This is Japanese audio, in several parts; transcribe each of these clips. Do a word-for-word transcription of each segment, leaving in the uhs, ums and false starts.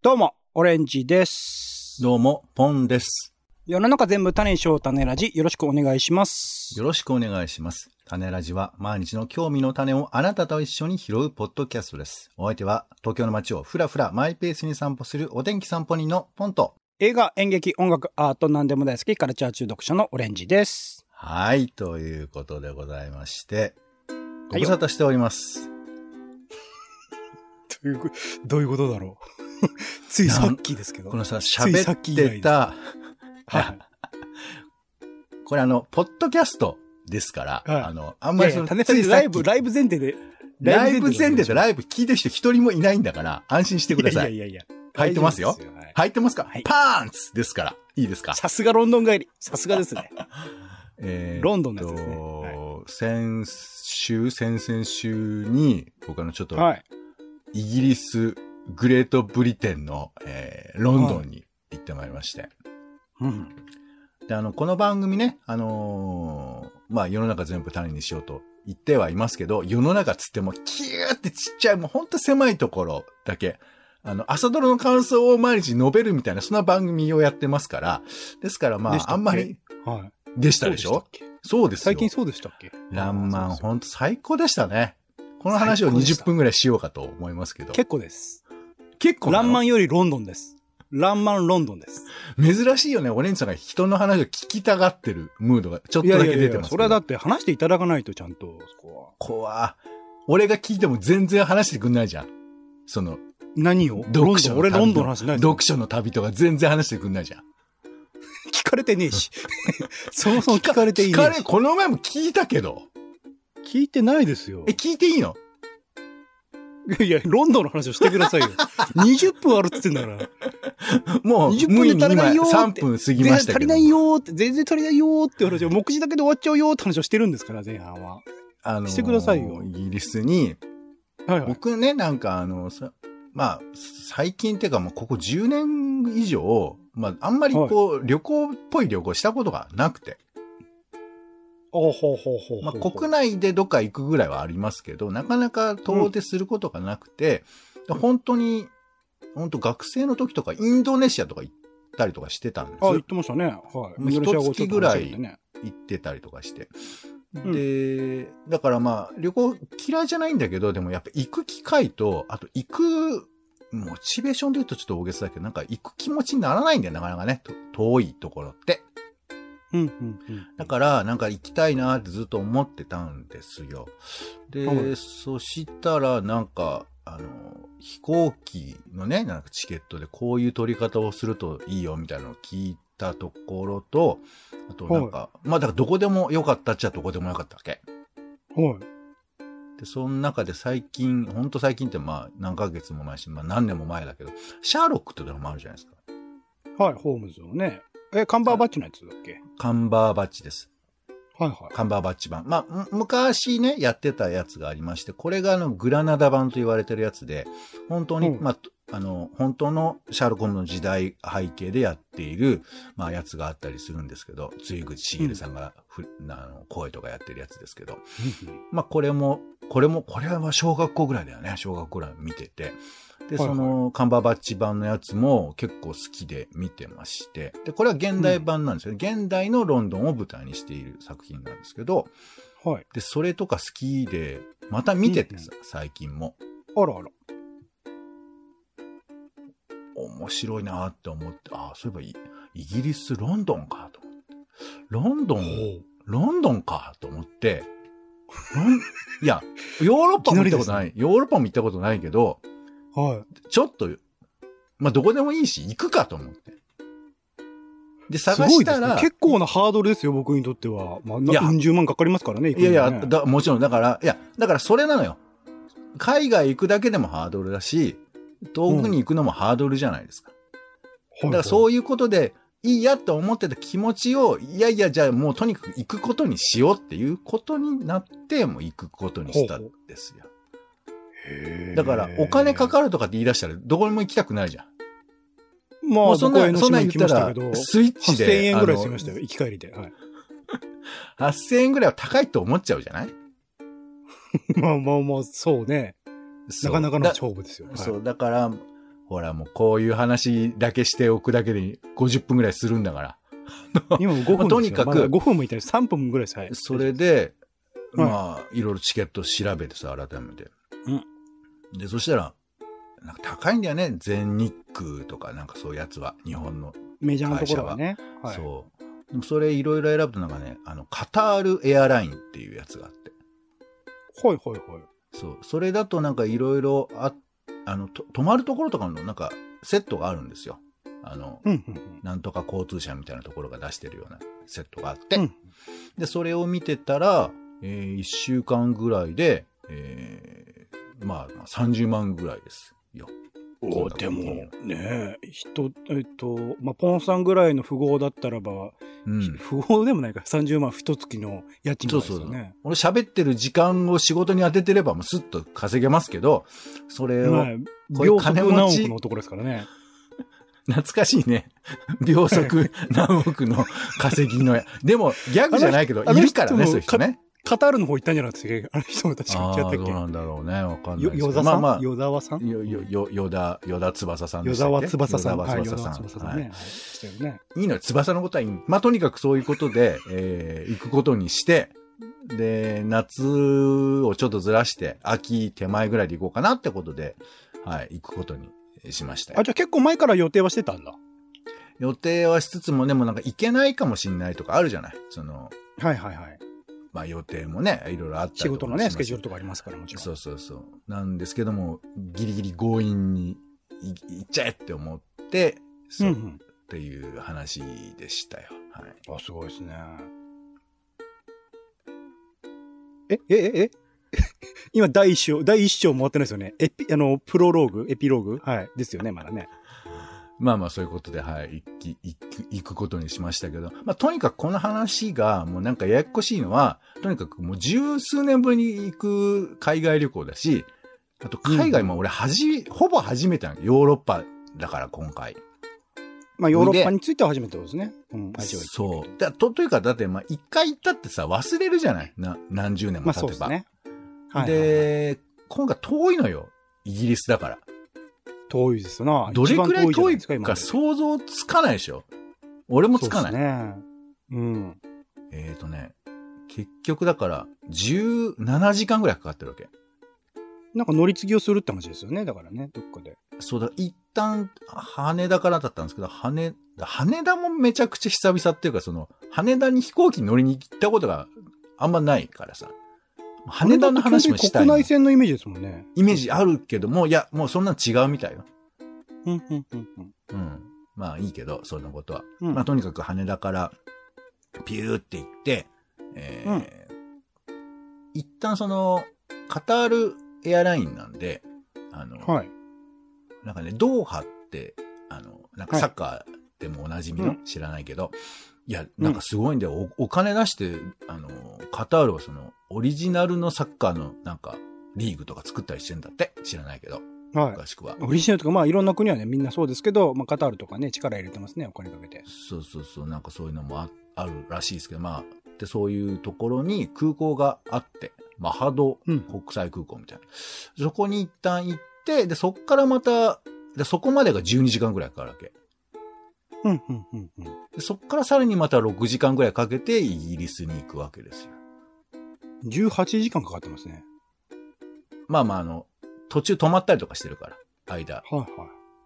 どうも、オレンジです。 どうも、ポンです。 世の中全部種にしよう種ラジ、よろしくお願いします。 よろしくお願いします。種ラジは毎日の興味の種をあなたと一緒に拾うポッドキャストです。お相手は東京の街をふらふらマイペースに散歩するお天気散歩人のポンと、 映画、演劇、音楽、アート、何でも大好きカルチャー中毒者のオレンジです。 はい、ということでございまして、ご無沙汰しております。 どういう、どういうことだろう。ついさっきですけど。 このさ、喋ってた、はい、これあの、ポッドキャストですから、はい、あの、あんまりその、いやいやライブ、ライブ前提で、 ライブ前提でライブ聞いてる人一人もいないんだから、安心してください。 いやいやいや。 入ってますよ。はい、入ってますか、はい、パーンツですから。いいですか。 さすがロンドン帰り。さすがですね。 えー、 ロンドンのやつですね。はい、 先週、先々週に、僕あのちょっと、 はい、 イギリス、グレートブリテンの、えー、ロンドンに行ってまいりまして。はい、 うん。 で、あの、この番組ね、あのー、まあ、世の中全部種にしようと言ってはいますけど、世の中つっても、キューってちっちゃい、もうほんと狭いところだけ、あの、朝ドラの感想を毎日述べるみたいな、そんな番組をやってますから、ですからまあ、あんまり、 はい。 でしたでしょ？そうですよ。 最近そうでしたっけ？ らんまん、ほんと最高でしたね。この話をにじゅっぷんぐらいしようかと思いますけど。 結構です。 結構。 ランマンよりロンドンです。ランマンロンドンです。 珍しいよね。オレンジさんが人の話を聞きたがってるムードがちょっとだけ出てますけど。いやいやいや、 それはだって話していただかないとちゃんと、そこは。 怖俺が聞いても全然話してくんないじゃん。その。 何を読書の俺ロンドンの話ない。 読書の旅とか全然話してくんないじゃん。 聞かれてねえし。そもそも聞かれていいねえし。 聞かれ、この前も聞いたけど。 聞いてないですよ。 え、聞いていいの？ いや、ロンドンの話をしてくださいよ。にじゅっぷんあるって言ってんだから。 もう、にじゅっぷんで足りないよーって。さんぷん過ぎましたけど。 足りないよーって、全然足りないよーって話を、目次だけで終わっちゃうよーって話をしてるんですから、前半は。 あのー、 してくださいよ。 イギリスに、はいはい、僕ね、なんかあの、まあ、最近っていうかもうここじゅうねん以上、まあ、あんまりこう、はい、旅行っぽい旅行したことがなくて。 ほうほうほうほう。 まあ、国内でどっか行くぐらいはありますけど、なかなか遠出することがなくて、うん、本当に、本当学生の時とかインドネシアとか行ったりとかしてたんですよ。 あ、行ってましたね。はい。 一月ぐらい行ってたりとかして。うん、で、だからまあ、旅行嫌いじゃないんだけど、でもやっぱ行く機会と、あと行く、モチベーションで言うとちょっと大げさだけど、なんか行く気持ちにならないんだよ、なかなかね。遠いところって。 うんうんうん、 だから、なんか行きたいなってずっと思ってたんですよ。で、うん、そしたら、なんか、あの、飛行機のね、なんかチケットでこういう取り方をするといいよみたいなのを聞いたところと、あとなんか、はい、まあだからどこでもよかったっちゃどこでもよかったわけ。 はい。 で、その中で最近、ほんと最近ってまあ何ヶ月も前し、まあ何年も前だけど、シャーロックってドラマあるじゃないですか。 はい、ホームズのね。え、カンバーバッチのやつだっけ？ カンバーバッチです。 はいはい。 カンバーバッチ版。まあ、昔ね、やってたやつがありまして、これがあの、グラナダ版と言われてるやつで、本当に、うん、まあ、あの、本当のシャーロック・ホームズの時代背景でやっている、まあ、やつがあったりするんですけど、露口茂さんがふ、うん、あの声とかやってるやつですけど、まあ、これも、これも、これは小学校ぐらいだよね。小学校ぐらい見てて。で、その、カンバーバッチ版のやつも結構好きで見てまして。で、これは現代版なんですよね。うん、現代のロンドンを舞台にしている作品なんですけど、 はい。 で、それとか好きで、また見ててさ、うんうん、最近も。 あらあら。 面白いなって思って、ああ、そういえばイ、イギリス、ロンドンかと思って。ロンドン、ロンドンかと思って、ロンいや、ヨーロッパも行ったことない。ヨーロッパも行ったことないけど、 はい。 ちょっと、まあ、どこでもいいし、行くかと思って。で、探したら。 ね、結構なハードルですよ、僕にとっては。まあ、何十万かかりますからね、 行くのね。いやいやだ、もちろん、だから、いや、だからそれなのよ。海外行くだけでもハードルだし、遠くに行くのもハードルじゃないですか。うん、だからそういうことで、いいやと思ってた気持ちを、いやいや、じゃあもうとにかく行くことにしようっていうことになって、もう行くことにしたんですよ。だから、お金かかるとかって言い出したら、どこにも行きたくないじゃん。 まあ、 そんな、そんな言ったら、スイッチで。 はっせんえんぐらいしましたよ、行き帰りで。はい。 はっせんえんぐらいは高いと思っちゃうじゃないまあまあまあ、そうね。なかなかの勝負ですよ。 そう、だから、 ほらもうこういう話だけしておくだけでごじゅっぷんぐらいするんだから。 今もごふんですよ。 とにかく、 まだごふんもいたりさんぷんぐらいです。はい。 それで、まあ、いろいろチケット調べてさ、改めて。うん。で、そしたら、なんか高いんだよね。全日空とか、なんかそういうやつは。日本の。 メジャーなところはね。 はい、そう。でもそれいろいろ選ぶとなんかね、あの、カタールエアラインっていうやつがあって。 はいはいはい。 そう。それだとなんかいろいろあ、あの、と、泊まるところとかのなんかセットがあるんですよ。あの、うんうんうん、なんとか交通社みたいなところが出してるようなセットがあって。うん、で、それを見てたら、えー、いっしゅうかんぐらいで、えー、まあ、さんじゅうまんぐらいですよ。 おでも、ねえ、人、えっと、まあ、ポンさんぐらいの富豪だったらば、うん、富豪でもないからさんじゅうまん一月の家賃ですよね。そうそう。 俺喋ってる時間を仕事に当ててればもうスッと稼げますけど、それを、まあ、 秒速何億のところですからね。 懐かしいね。秒速何億の稼ぎのや。でも、ギャグじゃないけど、いるからね、そういう人ね。 カタールの方行ったんじゃなくて、あの人も確かに違ったっけ。 どうなんだろうね。わかんないですけど。よださん、まあまあ、よだわさんよ、よ、よ、よだ、よだ翼さんでしたっけ。 よだわ翼さん。 よだわ翼さん。 はい、翼さんね。はい。 いいのよ、翼のことはいい。まあ、とにかくそういうことで、えー、行くことにして、で、夏をちょっとずらして、秋手前ぐらいで行こうかなってことで、はい、行くことにしましたよ。 あ、じゃあ結構前から予定はしてたんだ。 予定はしつつも、でもなんか行けないかもしれないとかあるじゃない。その、 はいはいはい。 まあ予定もね、いろいろあったりとか。 仕事のね、スケジュールとかありますから、もちろん。 そうそうそう。なんですけども、ギリギリ強引に行っちゃえって思って、そう、うんうん、っていう話でしたよ。はい。 あ、すごいですね。え、え、え、え今第一章、第一章も終わってないですよね。エピ、あの、プロローグエピローグはい。ですよね、まだね。 まあまあそういうことで、はい、行き、行く、行くことにしましたけど、まあとにかくこの話がもうなんかややこしいのは、とにかくもう十数年ぶりに行く海外旅行だし、あと海外も俺はじ、うん、ほぼ初めてなの。ヨーロッパだから今回。 まあヨーロッパについては初めてですね。うん、味わい。 そう。だと、というかだってまあ一回行ったってさ、忘れるじゃないな、何十年も経てば。まあそうですね。はいはいはい、で、今回遠いのよ。イギリスだから。 遠いですな。 どれくらい遠いか想像つかないでしょ。俺もつかない。 そうですね。うん。 えっとね、結局だからじゅうななじかんぐらいかかってるわけ。 なんか乗り継ぎをするって話ですよね。だからね、どっかで。 そうだ、一旦羽田からだったんですけど、羽、羽田もめちゃくちゃ久々っていうか、その、羽田に飛行機乗りに行ったことがあんまないからさ。羽田の話もしたい。 国内線のイメージですもんね。 イメージあるけども、いや、もうそんなの違うみたいよ。 うん、うん、うん、うん。 うん。まあいいけど、そんなことは。うん、まあとにかく羽田からピューって行って、えーうん、一旦その、カタールエアラインなんで、あの、はい、なんかね、ドーハって、あの、なんかサッカーでもおなじみの、はい、知らないけど、いや、なんかすごいんだよ。うん、お, お金出して、あの、カタールはその、オリジナルのサッカーの、なんか、リーグとか作ったりしてんだって。知らないけど。はい。詳しくは。 オリジナルとか、まあ、いろんな国はね、みんなそうですけど、まあ、カタールとかね、力入れてますね、お金かけて。 そうそうそう、なんかそういうのも あ, あるらしいですけど、まあ、で、そういうところに空港があって、マハド国際空港みたいな。うん、そこに一旦行って、で、そこからまた、で、そこまでがじゅうにじかんぐらいかかるわけ。 うん、うん、うん、うん。 で、そこからさらにまたろくじかんぐらいかけてイギリスに行くわけですよ。 じゅうはちじかんかかってますね。 まあまあ、あの、途中止まったりとかしてるから、間。 はいはい。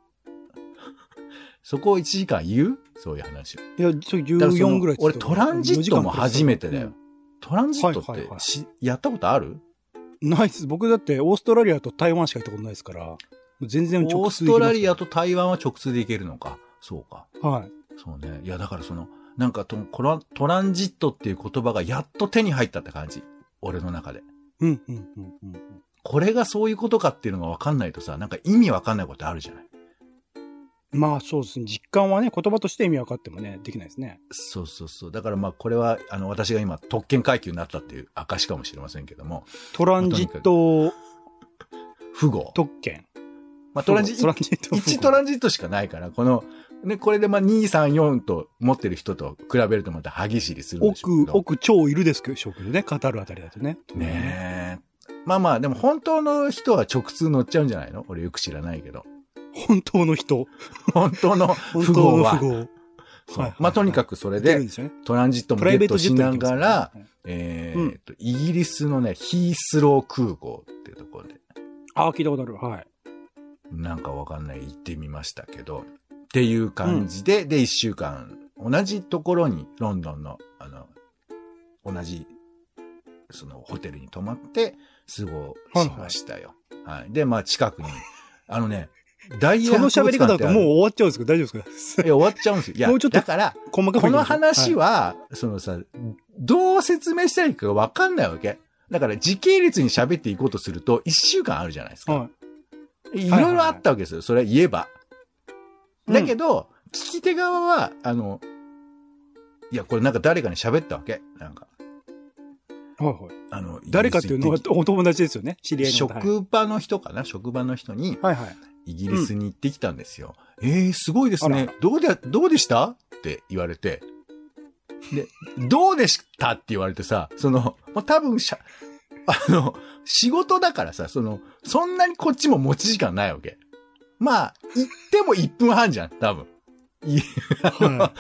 そこをいちじかん言うそういう話を。 いや、それじゅうよんぐらい俺トランジットも初めてだよ。うん、トランジットって、はいはいはい、しやったことある？ ないです。僕だってオーストラリアと台湾しか行ったことないですから、全然直通で行けます。 オーストラリアと台湾は直通で行けるのか。そうか。 はい。 そうね。いや、だからその、なんかトランジットっていう言葉がやっと手に入ったって感じ。俺の中で。 うん、うん、うん、うん。 これがそういうことかっていうのが分かんないとさ、なんか意味分かんないことあるじゃない。 まあそうですね。実感はね、言葉として意味分かってもね、できないですね。 そうそうそう。だからまあこれは、あの、私が今特権階級になったっていう証かもしれませんけども。 トランジット、 符号。 特権。 まあトランジット、いちトランジットしかないから、この、ね、これでまあに、さん、よんと持ってる人と比べるとまた歯ぎしりするんでしょうけど。 奥、奥超いるですけどね、カタールあたりだとね。 ねえ。まあまあ、でも本当の人は直通乗っちゃうんじゃないの？俺よく知らないけど。 本当の人。 本当の富豪は。本当の富豪。そう。はい、まあ、とにかくそれで、ね、トランジットもゲットしながら、えー、っと、うん、イギリスのね、ヒースロー空港っていうところで。 ああ、聞いたことある。はい。 なんかわかんない、行ってみましたけど、っていう感じで、うん、で、一週間、同じところに、ロンドンの、あの、同じ、その、ホテルに泊まって、過ごしましたよ。はい、はい。で、まあ、近くに、あのね、大英博物館。 その喋り方だともう終わっちゃうんですか？大丈夫ですか？ いや、終わっちゃうんですよ。いや、もうちょっとだから、この話は、はい、そのさ、どう説明したらいいかわかんないわけ。だから、時系列に喋っていこうとすると、一週間あるじゃないですか。はい、いろいろあったわけですよ。それは言えば。だけど、うん、聞き手側は、あの、いや、これなんか誰かに喋ったわけ。なんか。 はいはい。あの、誰かっていうのはお友達ですよね。知り合いの。 職場の人かな、職場の人に、 はいはい。 イギリスに行ってきたんですよ。うん、えー、すごいですね。どうで、どうでしたって言われて。で、どうでしたって言われてさ、その、もう多分しゃ、あの、仕事だからさ、その、そんなにこっちも持ち時間ないわけ。まあ、行ってもいっぷんはんじゃん、多分。いはい、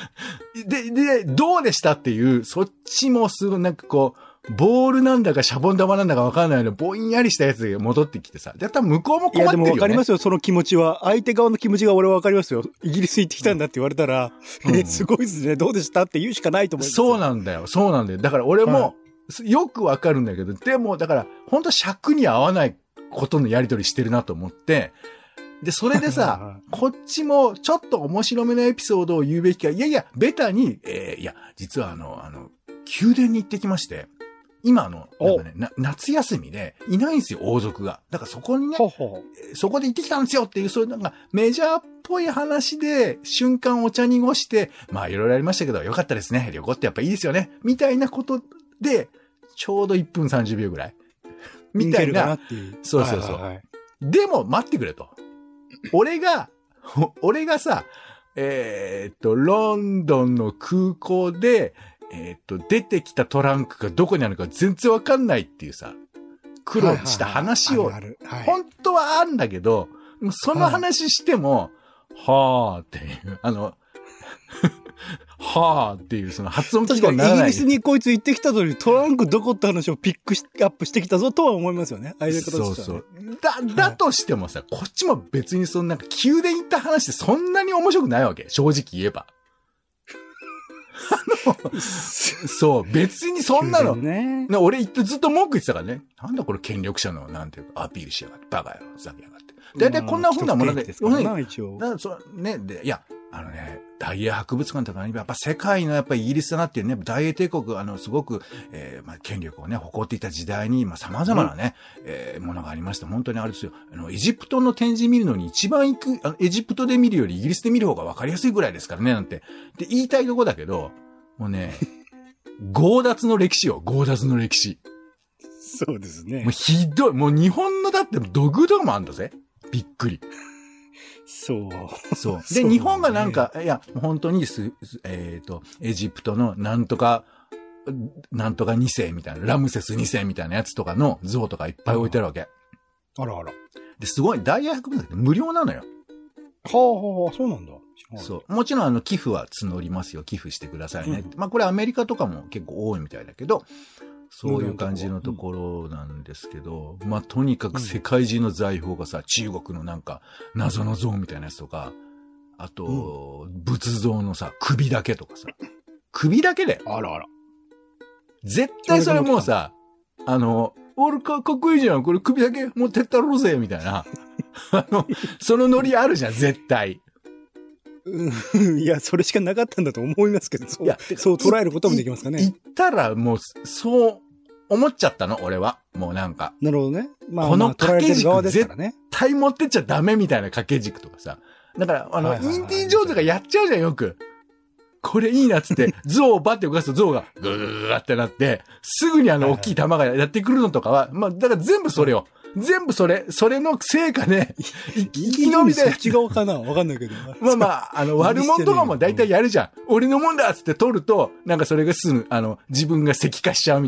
で、で、どうでしたっていう、そっちもすごいなんかこう、ボールなんだかシャボン玉なんだかわかんないのぼんやりしたやつで戻ってきてさ。で、多分向こうも困ってるよね。いや、でもわかりますよ、その気持ちは。相手側の気持ちが俺はわかりますよ。イギリス行ってきたんだって言われたら、うん、え、すごいですね、どうでしたって言うしかないと思います。 そうなんだよ、そうなんだよ。だから俺も、よくわかるんだけど、はい、でも、だから、ほんと尺に合わないことのやりとりしてるなと思って、で、それでさ、こっちもちょっと面白めのエピソードを言うべきか、いやいや、ベタに、えー、いや、実はあの、あの、宮殿に行ってきまして、今あの、なんかね、な、夏休みでいないんですよ、王族が。だからそこにね、ほうほうそこで行ってきたんですよっていう、そういうなんかメジャーっぽい話で、瞬間お茶濁して、まあいろいろありましたけど、よかったですね。旅行ってやっぱいいですよね。みたいなことで、ちょうどいっぷんさんじゅうびょうぐらい。みたいな。そうそうそう、はいはいはい。でも待ってくれと。俺が、俺がさ、えー、っと、ロンドンの空港で、えっと、出てきたトランクがどこにあるか全然わかんないっていうさ、苦労した話を、本当はあるんだけど、その話しても、はぁっていう、あの、はぁっていうその発音記号にならない。 イギリスにこいつ行ってきたのにトランクどこって話をピックアップしてきたぞとは思いますよね。相手方としては、ね。そうそう。 だ、だとしてもさ、こっちも別にそんな、宮殿行った話ってそんなに面白くないわけ。正直言えば。あの、そう、別にそんなの、ね、俺ずっと文句言ってたからね。なんだこれ権力者の、なんていうか、アピールしやがって、バカやろ、ふざけやがって。だいたいこんな風なもので、 ですからな、一応。 だそう、ね、で、いや、あのね、大英博物館とか、やっぱ世界のやっぱりイギリスだなっていうね、大英帝国、あの、すごく、えー、まあ、権力をね、誇っていた時代に、まあ、様々なね、うん、えー、ものがありました。本当にあれですよ。あの、エジプトの展示見るのに一番行く、あの、エジプトで見るよりイギリスで見る方が分かりやすいぐらいですからね、なんて。で、言いたいとこだけど、もうね、強奪の歴史よ、強奪の歴史。 そうですね。 もうひどい。もう日本のだって土偶とかもあんだぜ。びっくり。 そう。 そう。で、ね、日本がなんか、いや、本当にす、えっと、エジプトのなんとか、なんとかに世みたいな、ラムセスに世みたいなやつとかの像とかいっぱい置いてあるわけ。 あらあら。 で、すごい、大英博物館って無料なのよ。 はあはあ、そうなんだ。 そう。もちろん、あの、寄付は募りますよ。寄付してくださいね。うん、まあ、これアメリカとかも結構多いみたいだけど、そういう感じのところなんですけど、うん、まあ、とにかく世界中の財宝がさ、中国のなんか、謎の像みたいなやつとか、あと、うん、仏像のさ、首だけとかさ、首だけで。 あらあら。 絶対それもうさ、あの、俺か、かっこいいじゃん。これ首だけ持ってったろうぜ、みたいな。あの、そのノリあるじゃん、絶対。 いや、それしかなかったんだと思いますけど、そう、いやそう捉えることもできますかね。 言ったらもう、そう思っちゃったの、俺は。もうなんか。 なるほどね。 まあ、この掛け軸絶対持ってっちゃダメみたいな掛け軸とかさ。だから、あの、はいはいはい、インディ・ジョーンズがやっちゃうじゃん、よく。これいいなっつって、象をバッて動かすと象がグーってなって、すぐにあの、大きい玉がやってくるのとかは、まあ、だから全部それを。全部それ、それの成果で、生き延びて。 そっち側かなわかんないけど。 まあまあ、あの、悪者とかも大体やるじゃん。俺のもんだっつって取ると、なんかそれがすぐ、あの、自分が石化しちゃうみたいな。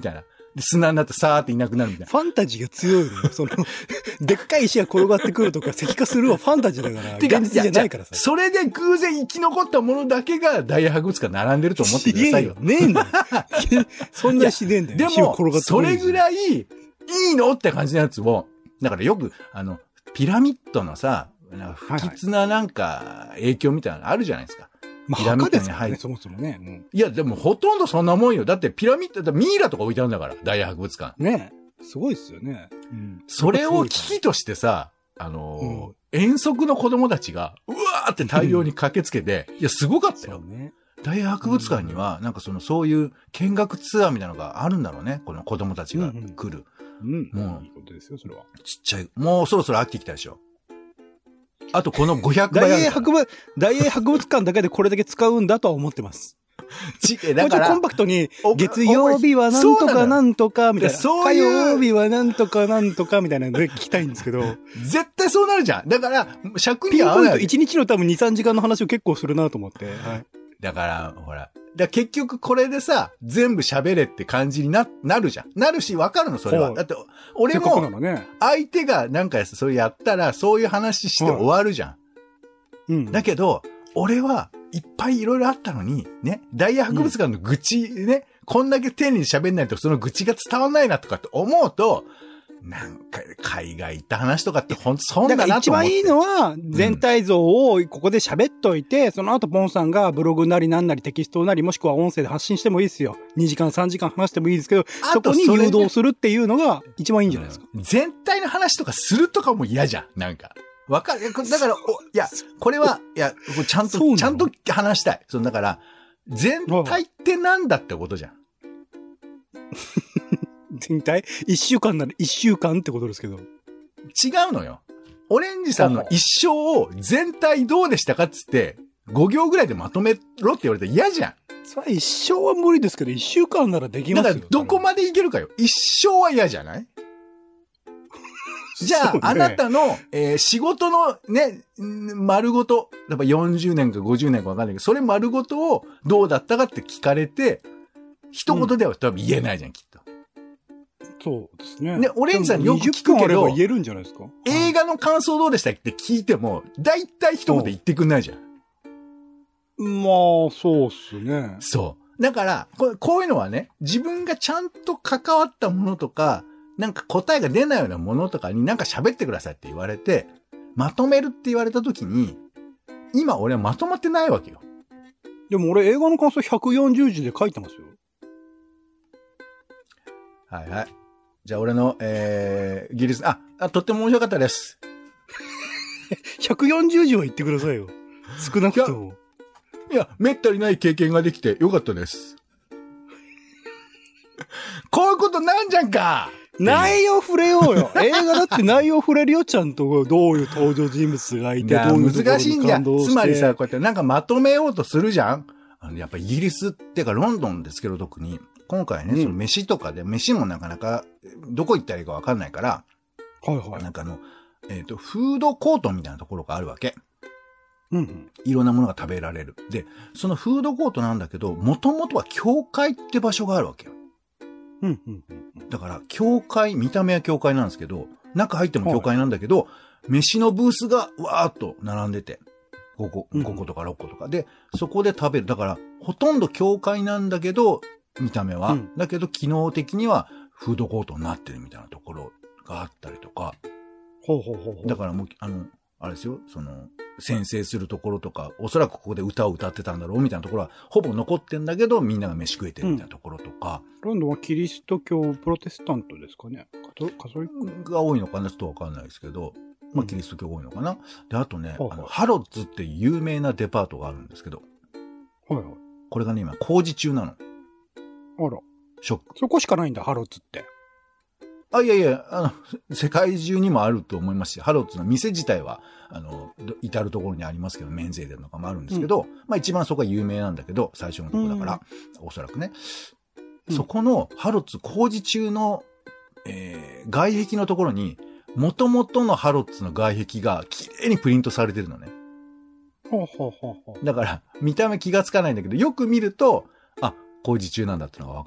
で、砂になってさーっていなくなるみたいな。 ファンタジーが強いのよ。その、でっかい石が転がってくるとか、石化するはファンタジーだから、 てか現実じゃないからさ。 それで偶然生き残ったものだけが大英博物館並んでると思ってくださいよ。 ねえんだよ。そんなしねえんだよ。 でも、それぐらいいいのって感じのやつを、だからよく、あの、ピラミッドのさ、不吉ななんか影響みたいなのあるじゃないですか。 まあ、 ピラミッドに入ね、そもそもね、うん。 いや、でもほとんどそんなもんよ。だってピラミッド、ミイラとか置いてあるんだから、大英博物館。 ねえ。すごいですよね。 うん、それを危機としてさ、あのー、うん、遠足の子供たちが、うわーって大量に駆けつけて、いや、すごかったよ。ね、大英博物館には、なんかその、そういう見学ツアーみたいなのがあるんだろうね。この子供たちが来る。 うん、うん。 もう、 いいことですよ、それは。 ちっちゃい。もうそろそろ飽きてきたでしょ。あとこのごひゃくばいある。 大英博物、大英博物館だけでこれだけ使うんだとは思ってます。 ち、だから。 コンパクトに、月曜日はなんとかなんとか、みたいな。火曜日はなんとかなんとか、みたいなので聞きたいんですけど。 絶対そうなるじゃん。だから、尺に合わない。ピンポイントいちにちの多分に、さんじかんの話を結構するなと思って。はい。 だから、ほら。だ結局これでさ、全部喋れって感じにな、なるじゃん。なるし、わかるの、それは。だって、俺も、相手がなんかそれやったら、そういう話して終わるじゃん。うん。だけど、俺はいっぱいいろいろあったのに、ね、大英博物館の愚痴ね、うん、こんだけ丁寧に喋んないとその愚痴が伝わんないなとかって思うと、なんか海外行った話とかってほんとそんななと思って。 だから一番いいのは、全体像をここで喋っといて、うん、その後ポンさんがブログなりなんなりテキストなりもしくは音声で発信してもいいですよ。にじかんさんじかん話してもいいですけど、そこに誘導するっていうのが一番いいんじゃないですか。 うん、全体の話とかするとかも嫌じゃん。なんか。わかる。だから、お、いや、これは、いや、ちゃんと、ちゃんと話したい。そのだから、全体ってなんだってことじゃん。 全体一週間なら一週間ってことですけど。違うのよ。オレンジさんの一生を全体どうでしたかっつって、ご行ぐらいでまとめろって言われたら嫌じゃん。 それ一生は無理ですけど、一週間ならできますよ。 だから、どこまでいけるかよ。一生は嫌じゃないじゃあ、ね、あなたの、えー、仕事のね、丸ごと、やっぱよんじゅうねんかごじゅうねんかわかんないけど、それ丸ごとをどうだったかって聞かれて、一言では多分言えないじゃん、きっと。 そうですね。 ね、オレンジさんよく聞くけど、 言えるんじゃないですか。 映画の感想どうでしたって聞いても、だいたい一言言ってくんないじゃん。 まあ、そうっすね。 そう。だからこう、こういうのはね、自分がちゃんと関わったものとか、なんか答えが出ないようなものとかになんか喋ってくださいって言われて、まとめるって言われたときに、今俺はまとまってないわけよ。 でも俺映画の感想ひゃくよんじゅうじで書いてますよ。 はいはい。じゃあ俺の、えー、イギリス、あ、あ、とっても面白かったです。 ひゃくよんじゅうじは言ってくださいよ。少なくとも。 いや、めったにない経験ができてよかったです。こういうことなんじゃんか。 内容触れようよ。映画だって内容触れるよ、ちゃんと。どういう登場人物がいて、どういうところに感動して。難しいんじゃん。 つまりさ、こうやってなんかまとめようとするじゃん。あのやっぱイギリスってかロンドンですけど特に、今回ね、うん、その飯とかで、飯もなかなか、どこ行ったらいいかわかんないから、 はいはい。 なんかあの、えっと、フードコートみたいなところがあるわけ。 うんうん。 いろんなものが食べられる。で、そのフードコートなんだけど、もともとは教会って場所があるわけよ。 うんうんうん、 だから、教会、見た目は教会なんですけど、中入っても教会なんだけど、はい、飯のブースがわーっと並んでて、ごこ、ごことかろっことか。で、そこで食べる。だから、ほとんど教会なんだけど、見た目は。うん、だけど、機能的にはフードコートになってるみたいなところがあったりとか。 ほうほうほうほう。 だからもう、あの、あれですよ、その、宣誓するところとか、おそらくここで歌を歌ってたんだろうみたいなところは、ほぼ残ってんだけど、みんなが飯食えてるみたいなところとか。 うん、ロンドンはキリスト教、プロテスタントですかね。カト、カトリックが多いのかなちょっとわかんないですけど、まあ、キリスト教多いのかな、うん、で、あとね、あの、ハロッズって有名なデパートがあるんですけど。 はいはい。 これがね、今工事中なの。あら。 ショック。 そこしかないんだ、ハロッズって。 あ、いやいや、あの、世界中にもあると思いますし、ハロッズの店自体は、あの、至るところにありますけど、免税店とかもあるんですけど、うん、まあ一番そこが有名なんだけど、最初のところだから、うん、おそらくね。うん、そこのハロッズ工事中の、えー、外壁のところに、元々のハロッズの外壁が綺麗にプリントされてるのね。 ほうほうほうほう。 だから、見た目気がつかないんだけど、よく見ると、あ、工事中なんだってのがわかる。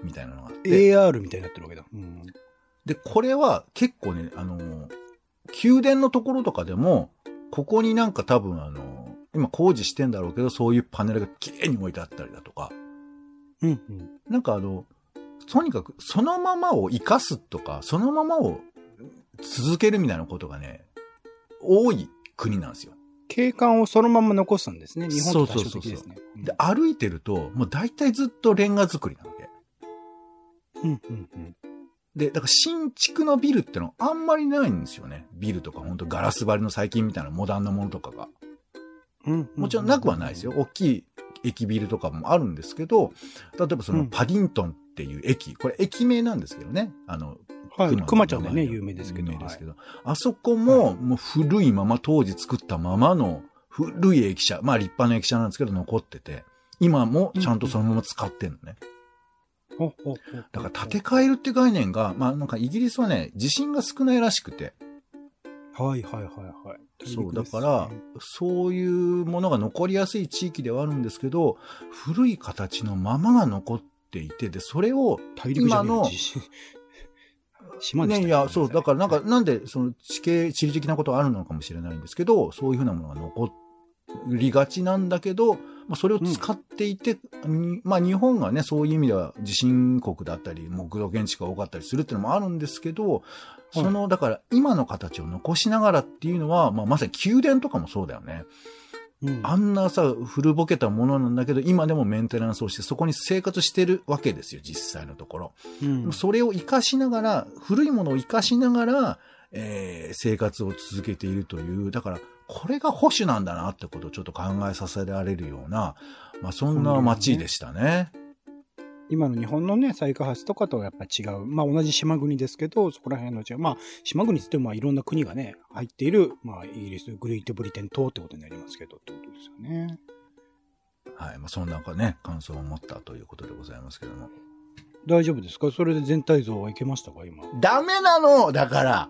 みたいなのがあって。 エーアール みたいになってるわけだ。うん、 で、これは結構ね、あのー、宮殿のところとかでも、ここになんか多分あのー、今工事してんだろうけど、そういうパネルが綺麗に置いてあったりだとか。 うんうん、 なんかあの、とにかくそのままを生かすとか、そのままを続けるみたいなことがね、多い国なんですよ。 景観をそのまま残すんですね。日本と対照的ですね。 そうそうそうそう。で、歩いてると、もう大体ずっとレンガ作りなわけ。 うんうんうん。 で、だから新築のビルってのはあんまりないんですよね。ビルとか本当ガラス張りの最近みたいなモダンなものとかが。 うんうんうんうん、 もちろんなくはないですよ。大きい駅ビルとかもあるんですけど、例えばそのパディントンっていう駅、これ駅名なんですけどね。あの、 はい、熊ちゃんでね、有名ですけど。 有名ですけど。はい、あそこも、もう古いまま、当時作ったままの古い駅舎、まあ立派な駅舎なんですけど残ってて、今もちゃんとそのまま使ってんのね。 うんうん、 だから建て替えるって概念が、まあなんかイギリスはね、地震が少ないらしくて。 はいはいはいはい。 そう、だから、そういうものが残りやすい地域ではあるんですけど、古い形のままが残っていて、で、それを今の、 島でしたね。 ね、いや、そう、だからなんか、なんで、その地形、地理的なことがあるのかもしれないんですけど、そういうふうなものが残りがちなんだけど、まあ、それを使っていて、うん、まあ、日本がね、そういう意味では地震国だったり、木造建築が多かったりするっていうのもあるんですけど、その、だから、今の形を残しながらっていうのは、まあ、まさに宮殿とかもそうだよね。うん、あんなさ、古ぼけたものなんだけど、今でもメンテナンスをして、そこに生活してるわけですよ、実際のところ。うん、それを活かしながら、古いものを活かしながら、えー、生活を続けているという、だから、これが保守なんだなってことをちょっと考えさせられるような、まあ、そんな街でしたね。 今の日本のね、再開発とかとはやっぱ違う。まあ同じ島国ですけど、そこら辺の違う。まあ島国って言ってもまあいろんな国がね、入っている、まあイギリス、グレートブリテン島ってことになりますけど、ってことですよね。 はい。まあそんなね、感想を持ったということでございますけども。 大丈夫ですか？それで全体像はいけましたか今。 ダメなのだから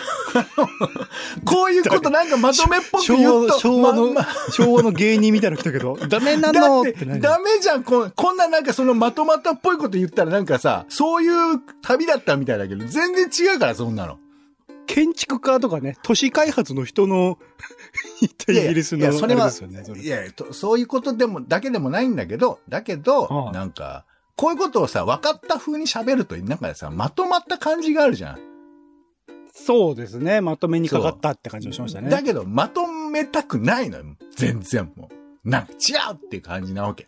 こういうことなんかまとめっぽく言うと。 昭和の、まま、昭和の芸人みたいなの来たけど、ダメなのってってダメじゃんこ。こんななんかそのまとまったっぽいこと言ったらなんかさ、そういう旅だったみたいだけど、全然違うから、そんなの。 建築家とかね、都市開発の人の、言ったイギリスの。いや、それは、 いやいや、そういうことでも、だけでもないんだけど、だけど、ああなんか、こういうことをさ、分かった風に喋ると、なんかさ、まとまった感じがあるじゃん。 そうですね。まとめにかかったって感じもしましたね。 だけど、まとめたくないのよ。全然もう。なんか違うっていう感じなわけ。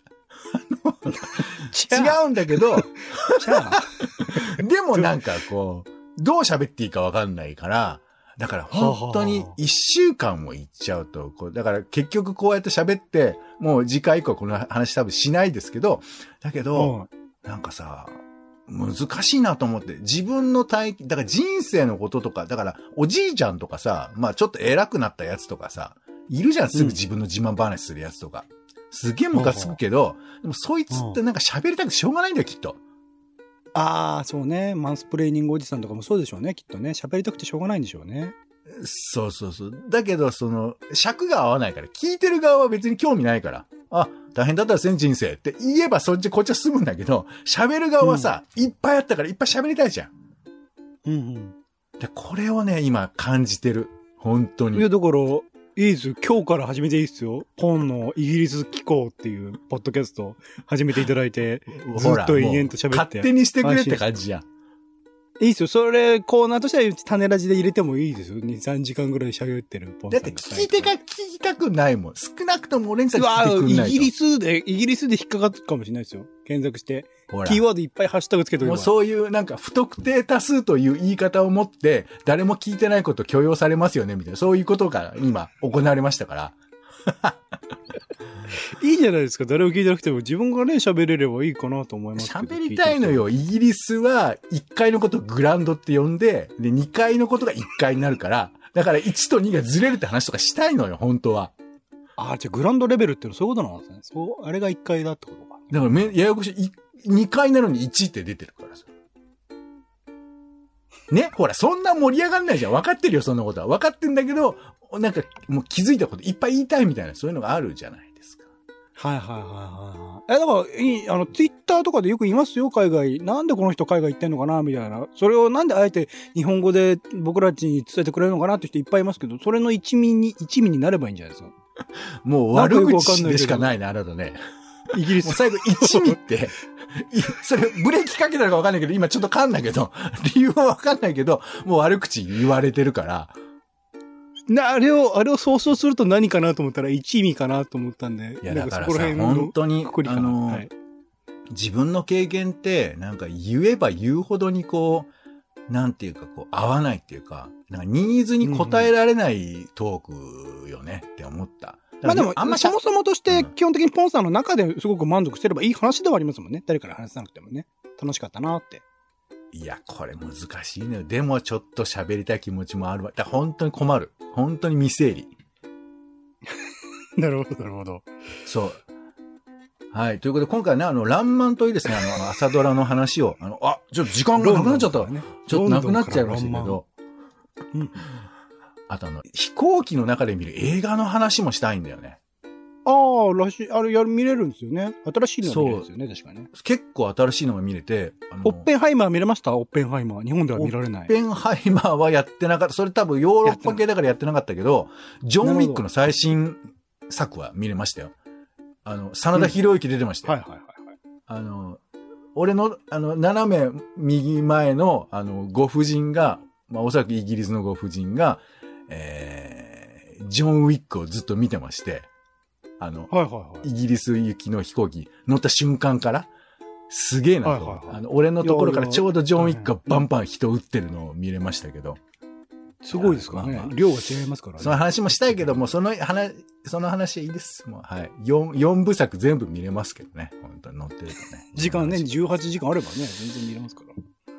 違うんだけど、でもなんかこう、どう喋っていいかわかんないから、だから本当に一週間も行っちゃうと、こうだから結局こうやって喋って、もう次回以降この話多分しないですけど、だけど、なんかさ、難しいなと思って、自分の体験、だから人生のこととか、だからおじいちゃんとかさ、まあちょっと偉くなったやつとかさ、いるじゃん、すぐ自分の自慢話するやつとか。うん、すげえムカつくけど、でもそいつってなんか喋りたくてしょうがないんだよ、きっと。 ああ、そうね。マンスプレーニングおじさんとかもそうでしょうね、きっとね。喋りたくてしょうがないんでしょうね。 そうそうそう。だけど、その、尺が合わないから、聞いてる側は別に興味ないから、あ、大変だったですね、人生って言えばそっち、こっちは済むんだけど、喋る側はさ、うん、いっぱいあったからいっぱい喋りたいじゃん。 うんうん。 で、これをね、今感じてる。本当に。 いや、だから、いいですよ。今日から始めていいですよ。本のイギリス機構っていうポッドキャスト始めていただいて、ずっと延々と喋って。 勝手にしてくれって感じやん。 いいですよ。それ、コーナーとしては種ラジで入れてもいいですよ。に、さんじかんぐらい喋ってるポンさん。 だって聞き手が聞きたくないもん。少なくとも俺にさ聞いてくんないと。 イギリスで、イギリスで引っかかるかもしれないですよ。検索して。キーワードいっぱいハッシュタグつけとけば。 もうそういうなんか不特定多数という言い方を持って、誰も聞いてないこと許容されますよね、みたいな。そういうことが今行われましたから。 いいじゃないですか。誰も聞いてなくても自分がね、喋れればいいかなと思いますけど。 喋りたいのよ。イギリスはいっかいのことをグランドって呼んで、で、にかいのことがいっかいになるから、だからいちとにがずれるって話とかしたいのよ、本当は。 ああ、じゃあグランドレベルってのはそういうことなんですね。そう、あれがいっかいだってことか。 だからめ、ややこしい、にかいなのにいちって出てるからさ。ね、ほら、そんな盛り上がんないじゃん。分かってるよ、そんなことは。分かってんだけど、なんか、もう気づいたこといっぱい言いたいみたいな、そういうのがあるじゃないですか。 はいはいはいはい。え、だから、いい、あの、ツイッターとかでよく言いますよ、海外。なんでこの人海外行ってんのかなみたいな。それをなんであえて日本語で僕らちに伝えてくれるのかなって人いっぱいいますけど、それの一味に、一味になればいいんじゃないですか。 もう悪口でしかないね、あなたね。 イギリス。 もう最後一味って、それブレーキかけたのかわかんないけど、今ちょっと噛んだけど、理由はわかんないけど、もう悪口言われてるから。 な、あれを、あれを想像すると何かなと思ったら一味かなと思ったんで。 いや、だからさ、本当に、あの、はい、自分の経験って、なんか言えば言うほどにこう、なんていうかこう、合わないっていうか、なんかニーズに応えられないトークよねって思った。 うん、まあでも、あんまそもそもとして基本的にポンさんの中ですごく満足すればいい話ではありますもんね。誰から話さなくてもね。楽しかったなって。 いや、これ難しいのよ。でもちょっと喋りたい気持ちもあるわ。だから本当に困る。本当に未整理。 なるほど、なるほど。 そう。はい。ということで、今回ね、あの、ランマンといいですね、あの、朝ドラの話を、あの、あ、ちょっと時間がなくなっちゃった。ね、ちょっとなくなっちゃいましたけど。うん、あとあの、飛行機の中で見る映画の話もしたいんだよね。 ああ、らしい、あれ、やる、見れるんですよね。新しいのが見れるんですよね、確かにね。 結構新しいのが見れて。 あのオッペンハイマー見れました？オッペンハイマー。日本では見られない。 オッペンハイマーはやってなかった。それ多分ヨーロッパ系だからやってなかったけど、ジョン・ウィックの最新作は見れましたよ。あの、真田広之出てましたよ。うん、はいはいはいはい。あの、俺の、あの、斜め右前の、あの、ご婦人が、まあ、おそらくイギリスのご婦人が、えー、ジョン・ウィックをずっと見てまして、あの、はいはいはい、イギリス行きの飛行機乗った瞬間から、すげえなと、はいはいはい、あの、俺のところからちょうどジョン・ウィックがバンバン人撃ってるのを見れましたけど。 すごいですからね。まあまあ、量が違いますからね。 その話もしたいけども、その話、その話はいいです。もう、はい。四、四部作全部見れますけどね。本当に乗ってるとね。 時間ね、じゅうはちじかんあればね、全然見れますから。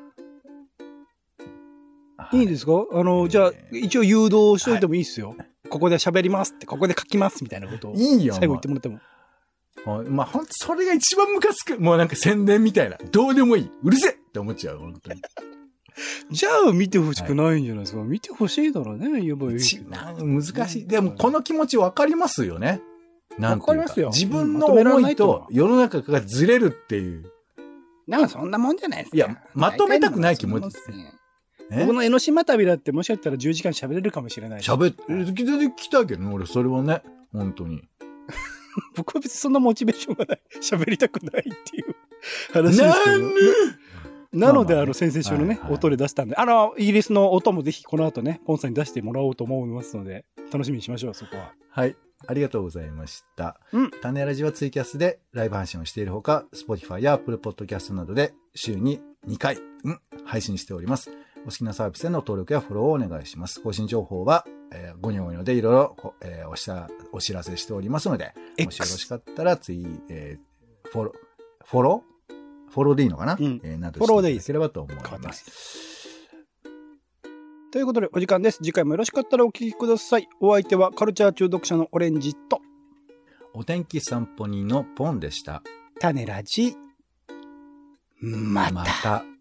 はい、いいですか？あの、じゃあ、一応誘導しといてもいいっすよ。はい、ここで喋りますって、ここで書きますみたいなことを。いいよ。最後言ってもらっても。 まあ、ほんと、それが一番ムカつく。もうなんか宣伝みたいな。どうでもいい。うるせえって思っちゃう、本当に。 じゃあ、見てほしくないんじゃないですか。はい、見てほしいだろうね、言えばいいけど。 難しい。でも、この気持ちわかりますよね。なんていうか。わかりますよ。自分の思いと世の中がずれるっていう。 なんかそんなもんじゃないですか。 いや、まとめたくない気持ちですね。 僕の江ノ島旅だってもしかしたらじゅうじかん喋れるかもしれない。 喋って、聞きたいけどね、俺、それはね。本当に。 僕は別にそんなモチベーションがない。喋りたくないっていう話ですけど。なんなので、あの、先々週のね、はいはい、音で出したんで、あの、イギリスの音もぜひこの後ね、ポンさんに出してもらおうと思いますので、楽しみにしましょう、そこは。 はい。ありがとうございました。うん。種ラジはツイキャスでライブ配信をしているほか、Spotify や Apple Podcast などで週ににかい、うん、配信しております。お好きなサービスへの登録やフォローをお願いします。更新情報は、えー、ごにょごにょでいろいろ、えー、おしゃ、お知らせしておりますので、もしよろしかったら、ツイ、えー、フォロー、フォローフォローでいいのかな、うん、えー、などしていただければと思います。 ということで、お時間です。次回もよろしかったらお聞きください。お相手はカルチャー中毒者のオレンジと、 お天気散歩人のポンでした。 種ラジ、また。また